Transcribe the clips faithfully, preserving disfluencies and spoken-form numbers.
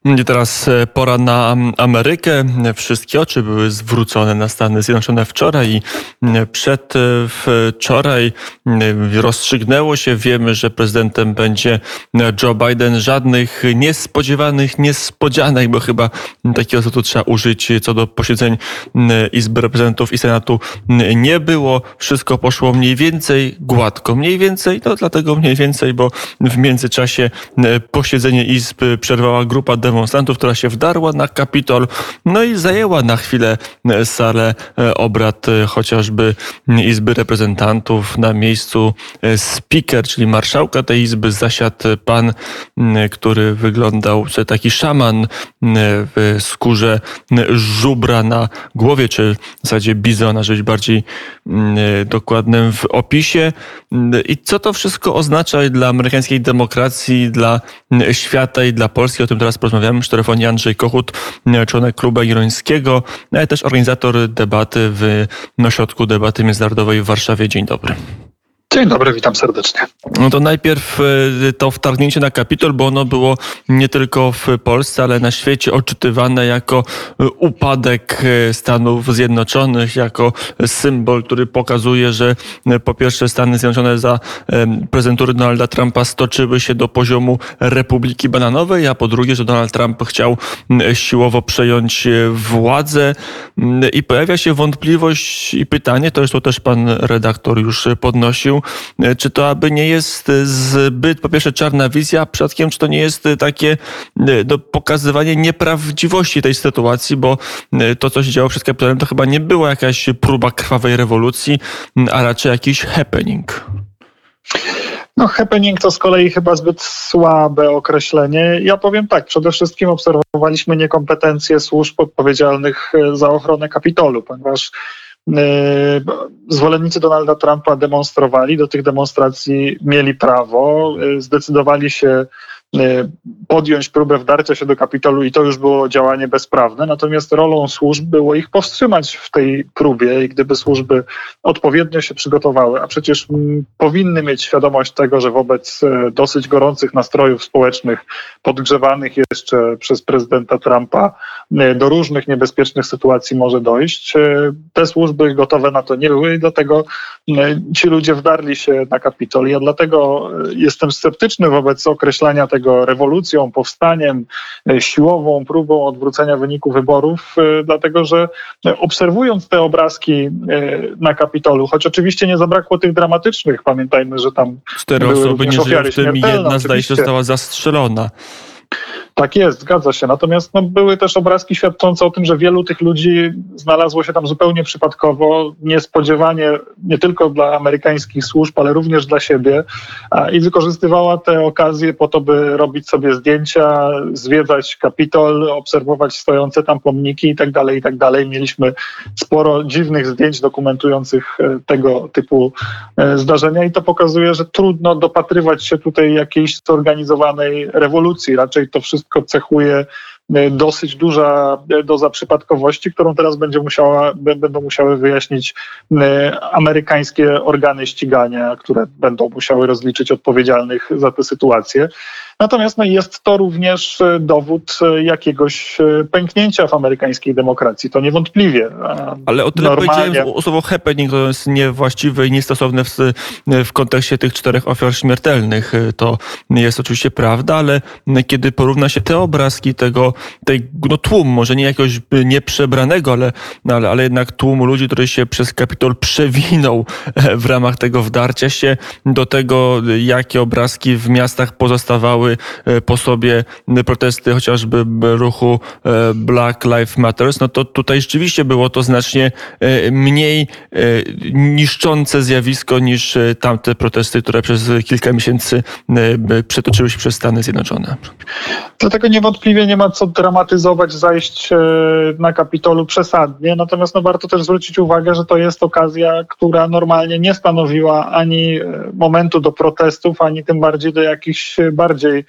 I teraz pora na Amerykę. Wszystkie oczy były zwrócone na Stany Zjednoczone wczoraj i przedwczoraj rozstrzygnęło się. Wiemy, że prezydentem będzie Joe Biden. Żadnych niespodziewanych niespodzianek, bo chyba takiego co tu trzeba użyć co do posiedzeń Izby Reprezentantów i Senatu nie było. Wszystko poszło mniej więcej gładko. Mniej więcej, no dlatego mniej więcej, bo w międzyczasie posiedzenie Izby przerwała grupa demonstrantów, która się wdarła na Kapitol, no i zajęła na chwilę salę obrad chociażby Izby Reprezentantów. Na miejscu speaker, czyli marszałka tej Izby, zasiadł pan, który wyglądał jak taki szaman w skórze żubra na głowie, czy w zasadzie bizona, żeby być bardziej dokładnym w opisie. I co to wszystko oznacza dla amerykańskiej demokracji, dla świata i dla Polski? O tym teraz porozmawiamy. Przy telefonie Andrzej Kochut, członek Klubu Jagiellońskiego, ale też organizator debaty w Ośrodku Debaty Międzynarodowej w Warszawie. Dzień dobry. Dzień dobry, witam serdecznie. No to najpierw to wtargnięcie na Kapitol, bo ono było nie tylko w Polsce, ale na świecie odczytywane jako upadek Stanów Zjednoczonych, jako symbol, który pokazuje, że po pierwsze Stany Zjednoczone za prezydentury Donalda Trumpa stoczyły się do poziomu Republiki Bananowej, a po drugie, że Donald Trump chciał siłowo przejąć władzę i pojawia się wątpliwość i pytanie, to zresztą też pan redaktor już podnosił, czy to aby nie jest zbyt, po pierwsze, czarna wizja, a przypadkiem czy to nie jest takie no, pokazywanie nieprawdziwości tej sytuacji, bo to, co się działo przed Kapitolem, to chyba nie była jakaś próba krwawej rewolucji, a raczej jakiś happening. No happening to z kolei chyba zbyt słabe określenie. Ja powiem tak, przede wszystkim obserwowaliśmy niekompetencje służb odpowiedzialnych za ochronę Kapitolu, ponieważ zwolennicy Donalda Trumpa demonstrowali, do tych demonstracji mieli prawo, zdecydowali się podjąć próbę wdarcia się do Kapitolu i to już było działanie bezprawne, natomiast rolą służb było ich powstrzymać w tej próbie i gdyby służby odpowiednio się przygotowały, a przecież powinny mieć świadomość tego, że wobec dosyć gorących nastrojów społecznych, podgrzewanych jeszcze przez prezydenta Trumpa, do różnych niebezpiecznych sytuacji może dojść. Te służby gotowe na to nie były i dlatego ci ludzie wdarli się na Kapitol. Ja dlatego jestem sceptyczny wobec określania tego rewolucją, powstaniem, siłową próbą odwrócenia wyniku wyborów, dlatego że obserwując te obrazki na Kapitolu, choć oczywiście nie zabrakło tych dramatycznych, pamiętajmy, że tam cztery były osoby nie żyją, w tym jedna zdaje się została zastrzelona. Tak jest, zgadza się. Natomiast no, były też obrazki świadczące o tym, że wielu tych ludzi znalazło się tam zupełnie przypadkowo, niespodziewanie nie tylko dla amerykańskich służb, ale również dla siebie a, i wykorzystywała te okazje po to, by robić sobie zdjęcia, zwiedzać Kapitol, obserwować stojące tam pomniki i tak dalej, i tak dalej. Mieliśmy sporo dziwnych zdjęć dokumentujących tego typu zdarzenia i to pokazuje, że trudno dopatrywać się tutaj jakiejś zorganizowanej rewolucji. Raczej to wszystko cechuje dosyć duża doza przypadkowości, którą teraz będzie musiała, będą musiały wyjaśnić amerykańskie organy ścigania, które będą musiały rozliczyć odpowiedzialnych za tę sytuację. Natomiast no, jest to również dowód jakiegoś pęknięcia w amerykańskiej demokracji. To niewątpliwie. Ale o tyle Normalnie... powiedziałem, słowo happening to jest niewłaściwe i niestosowne w, w kontekście tych czterech ofiar śmiertelnych. To jest oczywiście prawda, ale kiedy porówna się te obrazki tego, tej, no tłum, może nie jakiegoś nieprzebranego, ale, ale, ale jednak tłumu ludzi, który się przez Kapitol przewinął w ramach tego wdarcia się, do tego, jakie obrazki w miastach pozostawały po sobie protesty chociażby ruchu Black Lives Matter, no to tutaj rzeczywiście było to znacznie mniej niszczące zjawisko niż tamte protesty, które przez kilka miesięcy przetoczyły się przez Stany Zjednoczone. Dlatego niewątpliwie nie ma co dramatyzować zajść na Kapitolu przesadnie, natomiast no warto też zwrócić uwagę, że to jest okazja, która normalnie nie stanowiła ani momentu do protestów, ani tym bardziej do jakichś bardziej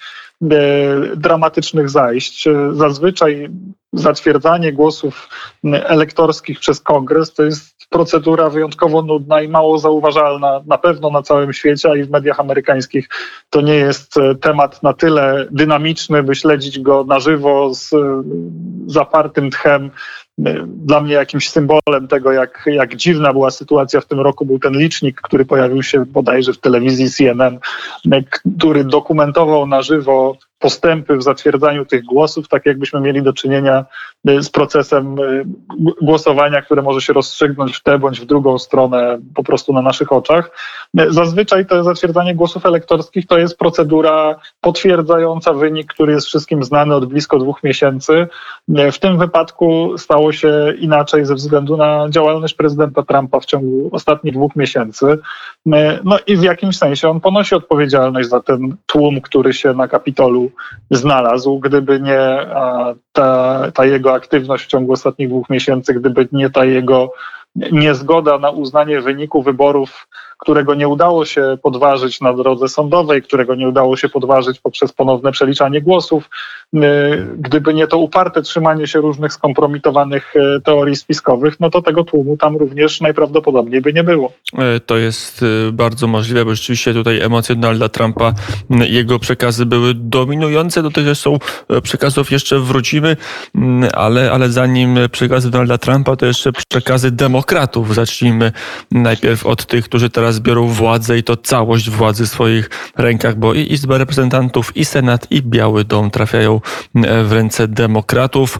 dramatycznych zajść. Zazwyczaj zatwierdzanie głosów elektorskich przez Kongres to jest procedura wyjątkowo nudna i mało zauważalna, na pewno na całym świecie, a i w mediach amerykańskich. To nie jest temat na tyle dynamiczny, by śledzić go na żywo z zapartym tchem. Dla mnie jakimś symbolem tego, jak, jak dziwna była sytuacja w tym roku, był ten licznik, który pojawił się bodajże w telewizji C N N, który dokumentował na żywo postępy w zatwierdzaniu tych głosów, tak jakbyśmy mieli do czynienia z procesem głosowania, które może się rozstrzygnąć w tę bądź w drugą stronę po prostu na naszych oczach. Zazwyczaj to zatwierdzanie głosów elektorskich to jest procedura potwierdzająca wynik, który jest wszystkim znany od blisko dwóch miesięcy. W tym wypadku stało się inaczej ze względu na działalność prezydenta Trumpa w ciągu ostatnich dwóch miesięcy. No i w jakimś sensie on ponosi odpowiedzialność za ten tłum, który się na Kapitolu znalazł. Gdyby nie ta, ta jego aktywność w ciągu ostatnich dwóch miesięcy, gdyby nie ta jego niezgoda na uznanie wyniku wyborów, którego nie udało się podważyć na drodze sądowej, którego nie udało się podważyć poprzez ponowne przeliczanie głosów, gdyby nie to uparte trzymanie się różnych skompromitowanych teorii spiskowych, no to tego tłumu tam również najprawdopodobniej by nie było. To jest bardzo możliwe, bo rzeczywiście tutaj emocje Donalda Trumpa, jego przekazy były dominujące. Do tych zresztą przekazów jeszcze wrócimy, ale, ale zanim przekazy Donalda Trumpa, to jeszcze przekazy demokratów. Zacznijmy najpierw od tych, którzy teraz biorą władzę i to całość władzy w swoich rękach, bo i Izba Reprezentantów, i Senat, i Biały Dom trafiają w ręce demokratów.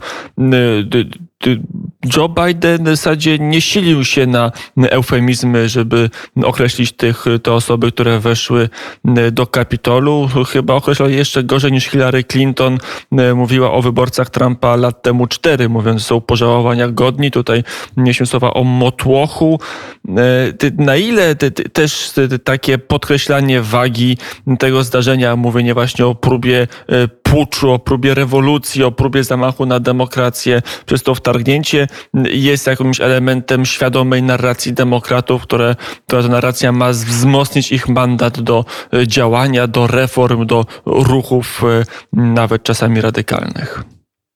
Joe Biden w zasadzie nie silił się na eufemizmy, żeby określić tych, te osoby, które weszły do Kapitolu. Chyba określał jeszcze gorzej niż Hillary Clinton. Mówiła o wyborcach Trumpa lat temu cztery, mówiąc, że są pożałowania godni. Tutaj nie się słowa o motłochu. Na ile też takie podkreślanie wagi tego zdarzenia, mówienie właśnie o próbie puczu, o próbie rewolucji, o próbie zamachu na demokrację przez to wtargnięcie jest jakimś elementem świadomej narracji demokratów, które, która ta narracja ma wzmocnić ich mandat do działania, do reform, do ruchów nawet czasami radykalnych.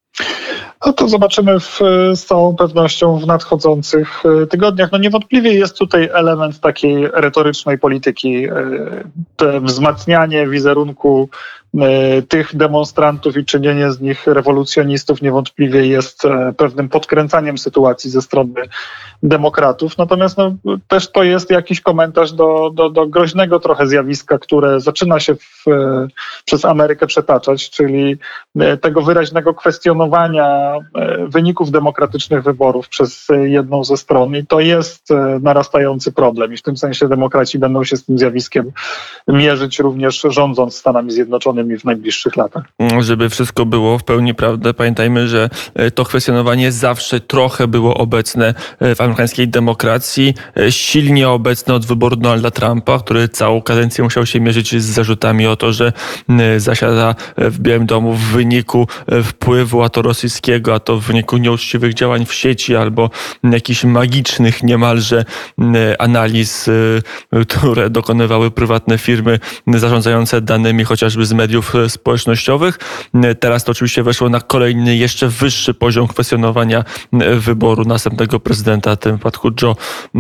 No to zobaczymy w, z całą pewnością w nadchodzących tygodniach. No niewątpliwie jest tutaj element takiej retorycznej polityki. To wzmacnianie wizerunku tych demonstrantów i czynienie z nich rewolucjonistów niewątpliwie jest pewnym podkręcaniem sytuacji ze strony demokratów. Natomiast no, też to jest jakiś komentarz do, do, do groźnego trochę zjawiska, które zaczyna się w, przez Amerykę przetaczać, czyli tego wyraźnego kwestionowania wyników demokratycznych wyborów przez jedną ze stron. I to jest narastający problem. I w tym sensie demokraci będą się z tym zjawiskiem mierzyć również rządząc Stanami Zjednoczonymi w najbliższych latach. Żeby wszystko było w pełni prawdę, pamiętajmy, że to kwestionowanie zawsze trochę było obecne w amerykańskiej demokracji, silnie obecne od wyboru Donalda Trumpa, który całą kadencję musiał się mierzyć z zarzutami o to, że zasiada w Białym Domu w wyniku wpływu a to rosyjskiego, a to w wyniku nieuczciwych działań w sieci albo jakichś magicznych niemalże analiz, które dokonywały prywatne firmy zarządzające danymi chociażby z mediów społecznościowych. Teraz to oczywiście weszło na kolejny, jeszcze wyższy poziom kwestionowania wyboru następnego prezydenta, w tym wypadku Joe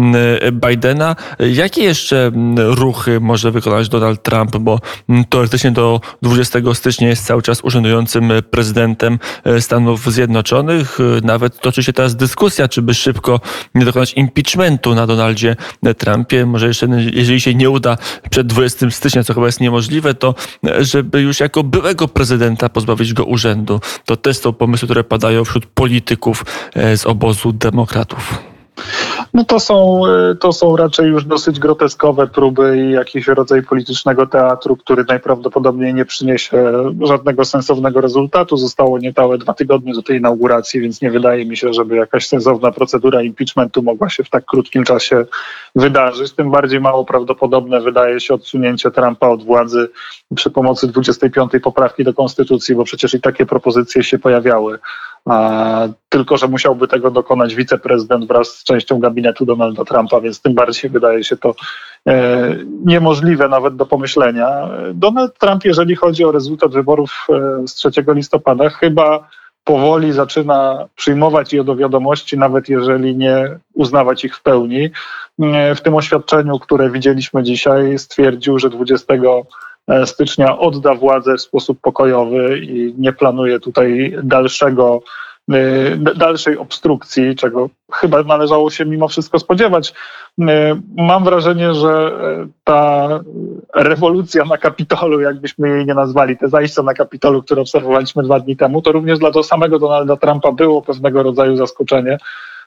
Bidena. Jakie jeszcze ruchy może wykonać Donald Trump, bo teoretycznie do dwudziestego stycznia jest cały czas urzędującym prezydentem Stanów Zjednoczonych. Nawet toczy się teraz dyskusja, czy by szybko nie dokonać impeachmentu na Donaldzie Trumpie. Może jeszcze, jeżeli się nie uda przed dwudziestego stycznia, co chyba jest niemożliwe, to żeby już jako byłego prezydenta pozbawić go urzędu. To też są pomysły, które padają wśród polityków z obozu demokratów. No to są, to są raczej już dosyć groteskowe próby i jakiś rodzaj politycznego teatru, który najprawdopodobniej nie przyniesie żadnego sensownego rezultatu. Zostało niecałe dwa tygodnie do tej inauguracji, więc nie wydaje mi się, żeby jakaś sensowna procedura impeachmentu mogła się w tak krótkim czasie wydarzyć. Tym bardziej mało prawdopodobne wydaje się odsunięcie Trumpa od władzy przy pomocy dwudziestej piątej poprawki do konstytucji, bo przecież i takie propozycje się pojawiały a tylko że musiałby tego dokonać wiceprezydent wraz z częścią gabinetu Donalda Trumpa, więc tym bardziej wydaje się to e, niemożliwe nawet do pomyślenia. Donald Trump, jeżeli chodzi o rezultat wyborów e, z trzeciego listopada, chyba powoli zaczyna przyjmować je do wiadomości, nawet jeżeli nie uznawać ich w pełni. W tym oświadczeniu, które widzieliśmy dzisiaj, stwierdził, że dwudziestego stycznia odda władzę w sposób pokojowy i nie planuje tutaj dalszego, dalszej obstrukcji, czego chyba należało się mimo wszystko spodziewać. Mam wrażenie, że ta rewolucja na Kapitolu, jakbyśmy jej nie nazwali, te zajścia na Kapitolu, które obserwowaliśmy dwa dni temu, to również dla samego Donalda Trumpa było pewnego rodzaju zaskoczenie.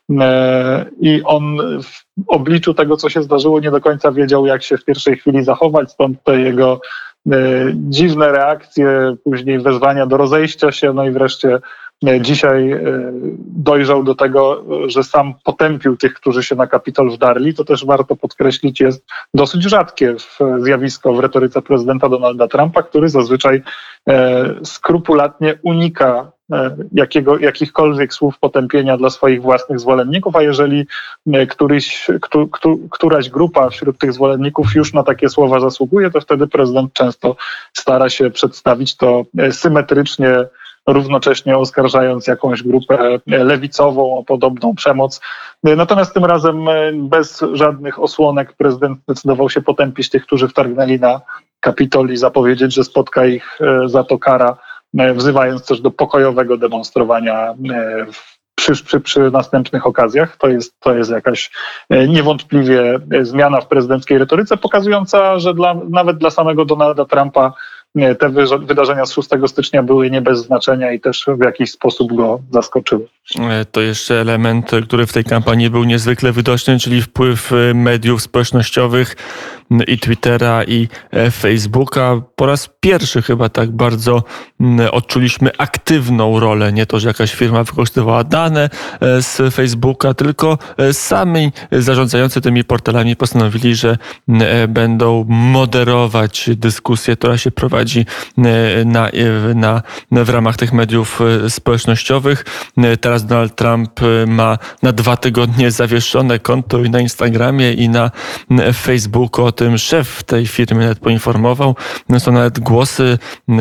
I on w obliczu tego, co się zdarzyło, nie do końca wiedział, jak się w pierwszej chwili zachować, stąd te jego dziwne reakcje, później wezwania do rozejścia się, no i wreszcie dzisiaj dojrzał do tego, że sam potępił tych, którzy się na Kapitol wdarli. To też warto podkreślić, jest dosyć rzadkie zjawisko w retoryce prezydenta Donalda Trumpa, który zazwyczaj skrupulatnie unika jakiego, jakichkolwiek słów potępienia dla swoich własnych zwolenników, a jeżeli któryś, któ, któ, któraś grupa wśród tych zwolenników już na takie słowa zasługuje, to wtedy prezydent często stara się przedstawić to symetrycznie, równocześnie oskarżając jakąś grupę lewicową o podobną przemoc. Natomiast tym razem bez żadnych osłonek prezydent zdecydował się potępić tych, którzy wtargnęli na Kapitol i zapowiedzieć, że spotka ich za to kara, wzywając też do pokojowego demonstrowania przy, przy, przy następnych okazjach. To jest, to jest jakaś niewątpliwie zmiana w prezydenckiej retoryce, pokazująca, że dla, nawet dla samego Donalda Trumpa te wydarzenia z szóstego stycznia były nie bez znaczenia i też w jakiś sposób go zaskoczyły. To jeszcze element, który w tej kampanii był niezwykle widoczny, czyli wpływ mediów społecznościowych i Twittera i Facebooka. Po raz pierwszy chyba tak bardzo odczuliśmy aktywną rolę. Nie to, że jakaś firma wykorzystywała dane z Facebooka, tylko sami zarządzający tymi portalami postanowili, że będą moderować dyskusję, która się prowadzi na, na, w ramach tych mediów społecznościowych. Teraz Donald Trump ma na dwa tygodnie zawieszone konto i na Instagramie, i na Facebooku. O tym szef tej firmy nawet poinformował. Są nawet głosy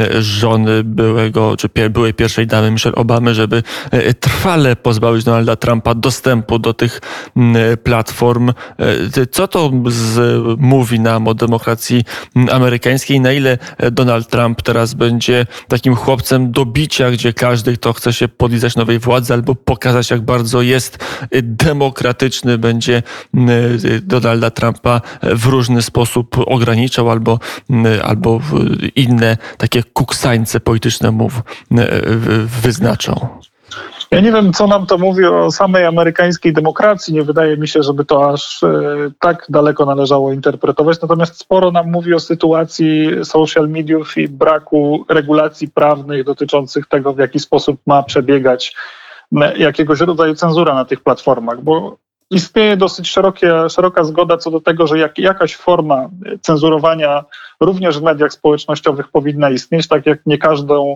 żony byłego, czy byłej pierwszej damy Michelle Obamy, żeby trwale pozbawić Donalda Trumpa dostępu do tych platform. Co to z, mówi nam o demokracji amerykańskiej? Na ile Donald Trump teraz będzie takim chłopcem do bicia, gdzie każdy, kto chce się podlizać nowej władzy albo pokazać, jak bardzo jest demokratyczny, będzie Donalda Trumpa w różny sposób ograniczał albo, albo inne takie kuksańce polityczne mu wyznaczał. Ja nie wiem, co nam to mówi o samej amerykańskiej demokracji. Nie wydaje mi się, żeby to aż e, tak daleko należało interpretować. Natomiast sporo nam mówi o sytuacji social mediów i braku regulacji prawnych dotyczących tego, w jaki sposób ma przebiegać jakiegoś rodzaju cenzura na tych platformach, bo istnieje dosyć szerokie, szeroka zgoda co do tego, że jak, jakaś forma cenzurowania również w mediach społecznościowych powinna istnieć, tak jak nie każdą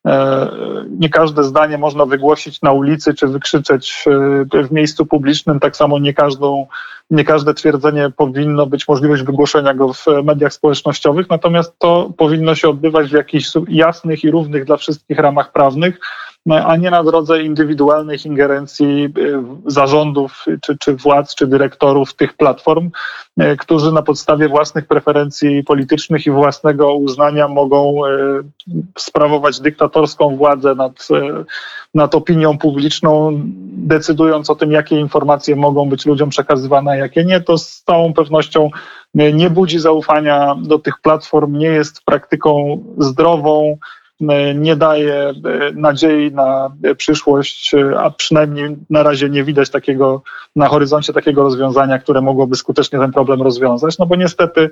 nie każde zdanie można wygłosić na ulicy czy wykrzyczeć w miejscu publicznym, tak samo nie, każdą, nie każde twierdzenie powinno być możliwość wygłoszenia go w mediach społecznościowych, natomiast to powinno się odbywać w jakichś jasnych i równych dla wszystkich ramach prawnych, a nie na drodze indywidualnych ingerencji zarządów, czy, czy władz, czy dyrektorów tych platform, którzy na podstawie własnych preferencji politycznych i własnego uznania mogą sprawować dyktatorską władzę nad, nad opinią publiczną, decydując o tym, jakie informacje mogą być ludziom przekazywane, a jakie nie. To z całą pewnością nie budzi zaufania do tych platform, nie jest praktyką zdrową, nie daje nadziei na przyszłość, a przynajmniej na razie nie widać takiego, na horyzoncie takiego rozwiązania, które mogłoby skutecznie ten problem rozwiązać, no bo niestety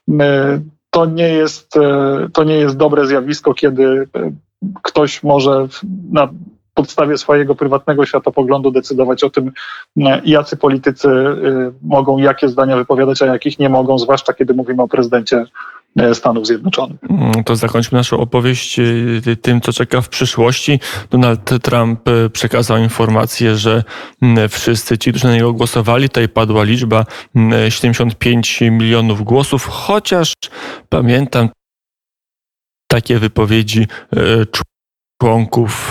to nie jest, to nie jest dobre zjawisko, kiedy ktoś może na podstawie swojego prywatnego światopoglądu decydować o tym, jacy politycy mogą jakie zdania wypowiadać, a jakich nie mogą, zwłaszcza kiedy mówimy o prezydencie Stanów Zjednoczonych. To zakończmy naszą opowieść tym, co czeka w przyszłości. Donald Trump przekazał informację, że wszyscy ci, którzy na niego głosowali, tutaj padła liczba siedemdziesiąt pięć milionów głosów, chociaż pamiętam takie wypowiedzi członków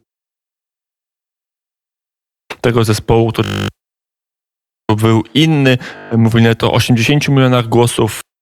tego zespołu, który był inny. Mówili to o osiemdziesięciu milionach głosów.